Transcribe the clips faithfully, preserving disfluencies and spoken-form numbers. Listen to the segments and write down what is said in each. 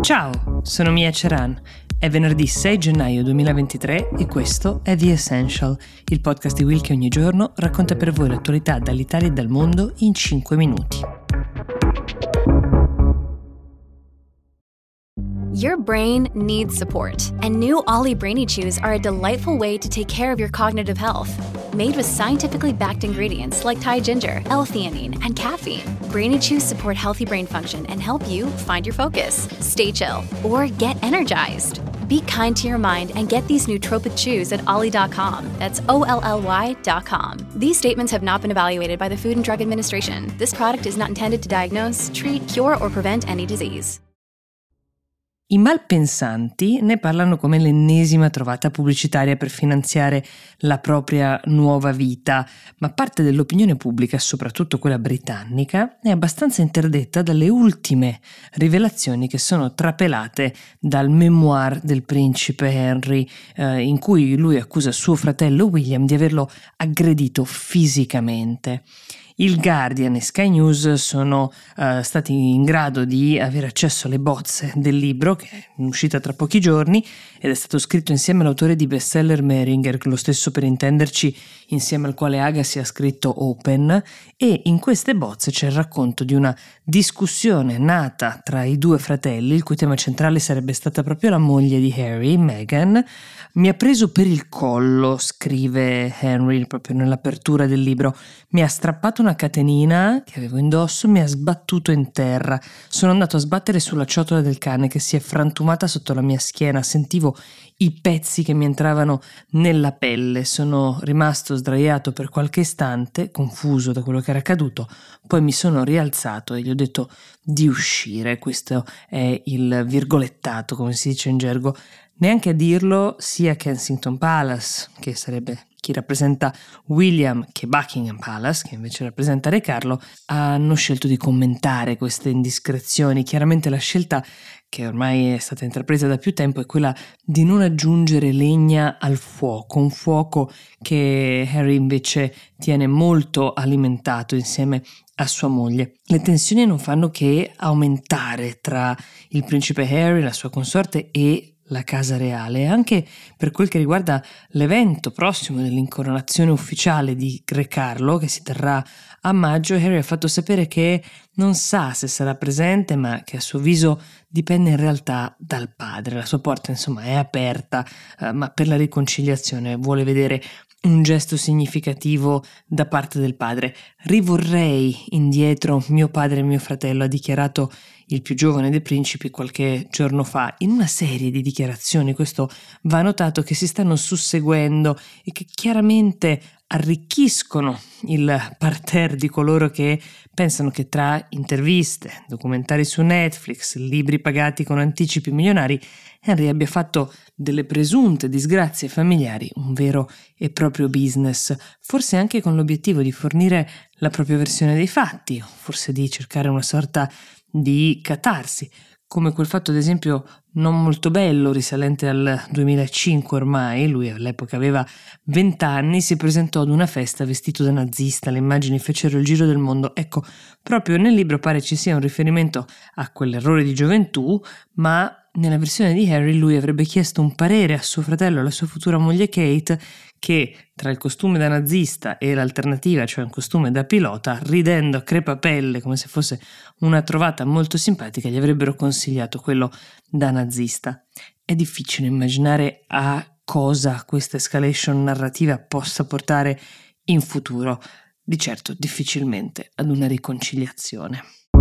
Ciao, sono Mia Ceran. È venerdì sei gennaio duemilaventitré e questo è The Essential, il podcast di Will che ogni giorno racconta per voi l'attualità dall'Italia e dal mondo in cinque minuti. Your brain needs support, and new Ollie Brainy Chews are a delightful way to take care of your cognitive health. Made with scientifically backed ingredients like Thai ginger, L-theanine, and caffeine, Brainy Chews support healthy brain function and help you find your focus, stay chill, or get energized. Be kind to your mind and get these nootropic chews at ollie dot com. That's O L L Y dot com. These statements have not been evaluated by the Food and Drug Administration. This product is not intended to diagnose, treat, cure, or prevent any disease. I malpensanti ne parlano come l'ennesima trovata pubblicitaria per finanziare la propria nuova vita, ma parte dell'opinione pubblica, soprattutto quella britannica, è abbastanza interdetta dalle ultime rivelazioni che sono trapelate dal memoir del principe Henry, eh, in cui lui accusa suo fratello William di averlo aggredito fisicamente. Il Guardian e Sky News sono uh, stati in grado di avere accesso alle bozze del libro, che è in uscita tra pochi giorni, ed è stato scritto insieme all'autore di bestseller Meringer, lo stesso per intenderci, insieme al quale Agassi ha scritto Open, e in queste bozze c'è il racconto di una discussione nata tra i due fratelli, il cui tema centrale sarebbe stata proprio la moglie di Harry, Meghan. Mi ha preso per il collo, scrive Henry proprio nell'apertura del libro, mi ha strappato una catenina che avevo indosso, mi ha sbattuto in terra. Sono andato a sbattere sulla ciotola del cane che si è frantumata sotto la mia schiena. Sentivo i pezzi che mi entravano nella pelle. Sono rimasto sdraiato per qualche istante, confuso da quello che era accaduto. Poi mi sono rialzato e gli ho detto di uscire. Questo è il virgolettato, come si dice in gergo. Neanche a dirlo sia Kensington Palace, che sarebbe chi rappresenta William, che Buckingham Palace, che invece rappresenta Re Carlo, hanno scelto di commentare queste indiscrezioni. Chiaramente la scelta, che ormai è stata intrapresa da più tempo, è quella di non aggiungere legna al fuoco, un fuoco che Harry invece tiene molto alimentato insieme a sua moglie. Le tensioni non fanno che aumentare tra il principe Harry, la sua consorte, e la casa reale, anche per quel che riguarda l'evento prossimo dell'incoronazione ufficiale di Re Carlo, che si terrà a maggio. Harry ha fatto sapere che non sa se sarà presente, ma che a suo avviso dipende in realtà dal padre. La sua porta, insomma, è aperta, eh, ma per la riconciliazione vuole vedere un gesto significativo da parte del padre. Rivorrei indietro mio padre e mio fratello, ha dichiarato il più giovane dei principi qualche giorno fa, in una serie di dichiarazioni. Questo va notato, che si stanno susseguendo e che chiaramente arricchiscono il parterre di coloro che pensano che tra interviste, documentari su Netflix, libri pagati con anticipi milionari, Henry abbia fatto delle presunte disgrazie familiari un vero e proprio business, forse anche con l'obiettivo di fornire la propria versione dei fatti, forse di cercare una sorta di catarsi, come quel fatto ad esempio non molto bello risalente al duemilacinque ormai. Lui all'epoca aveva venti anni, si presentò ad una festa vestito da nazista, le immagini fecero il giro del mondo. Ecco, proprio nel libro pare ci sia un riferimento a quell'errore di gioventù, ma nella versione di Harry lui avrebbe chiesto un parere a suo fratello e alla sua futura moglie Kate, che tra il costume da nazista e l'alternativa, cioè un costume da pilota, ridendo a crepapelle come se fosse una trovata molto simpatica, gli avrebbero consigliato quello da nazista. È difficile immaginare a cosa questa escalation narrativa possa portare in futuro, di certo difficilmente ad una riconciliazione.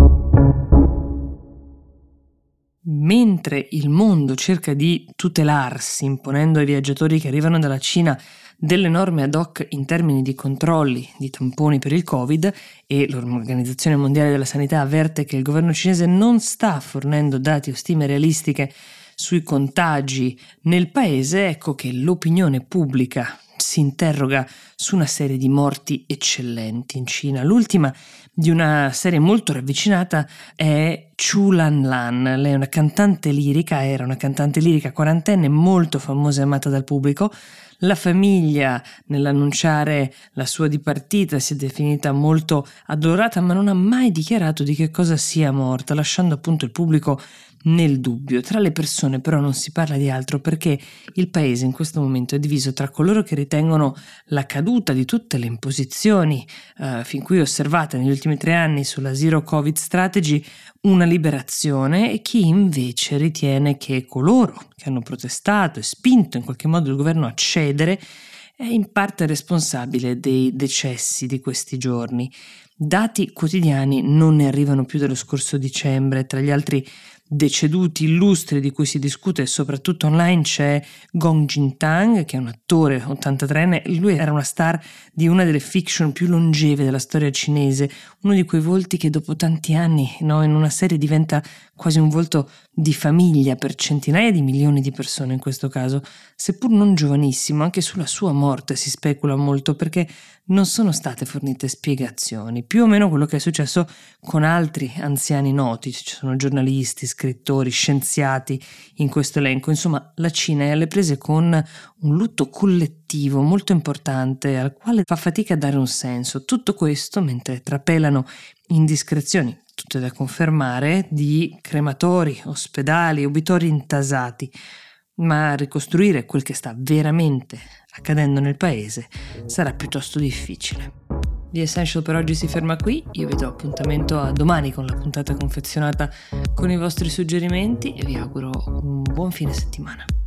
Mentre il mondo cerca di tutelarsi, imponendo ai viaggiatori che arrivano dalla Cina delle norme ad hoc in termini di controlli di tamponi per il Covid, e l'Organizzazione Mondiale della Sanità avverte che il governo cinese non sta fornendo dati o stime realistiche sui contagi nel paese, ecco che l'opinione pubblica si interroga su una serie di morti eccellenti in Cina. L'ultima di una serie molto ravvicinata è Chu Lan Lan. Lei è una cantante lirica, era una cantante lirica quarantenne molto famosa e amata dal pubblico. La famiglia, nell'annunciare la sua dipartita, si è definita molto addolorata, ma non ha mai dichiarato di che cosa sia morta, lasciando appunto il pubblico nel dubbio. Tra le persone però non si parla di altro, perché il paese in questo momento è diviso tra coloro che ritengono la caduta di tutte le imposizioni eh, fin qui osservate negli ultimi tre anni sulla Zero Covid Strategy una liberazione, e chi invece ritiene che coloro che hanno protestato e spinto in qualche modo il governo a cedere è in parte responsabile dei decessi di questi giorni. Dati quotidiani non ne arrivano più dello scorso dicembre. Tra gli altri deceduti illustri di cui si discute soprattutto online c'è Gong Jintang, che è un attore ottantatreenne. Lui era una star di una delle fiction più longeve della storia cinese, uno di quei volti che dopo tanti anni, no, in una serie diventa quasi un volto di famiglia per centinaia di milioni di persone in questo caso. Seppur non giovanissimo, anche sulla sua morte si specula molto, perché non sono state fornite spiegazioni. Più o meno quello che è successo con altri anziani noti. Ci sono giornalisti, scrittori, scienziati in questo elenco. Insomma, la Cina è alle prese con un lutto collettivo molto importante, al quale fa fatica a dare un senso. Tutto questo mentre trapelano indiscrezioni, tutte da confermare, di crematori, ospedali, obitori intasati. Ma ricostruire quel che sta veramente accadendo nel paese sarà piuttosto difficile. The Essential per oggi si ferma qui. Io vi do appuntamento a domani con la puntata confezionata con i vostri suggerimenti e vi auguro un buon fine settimana.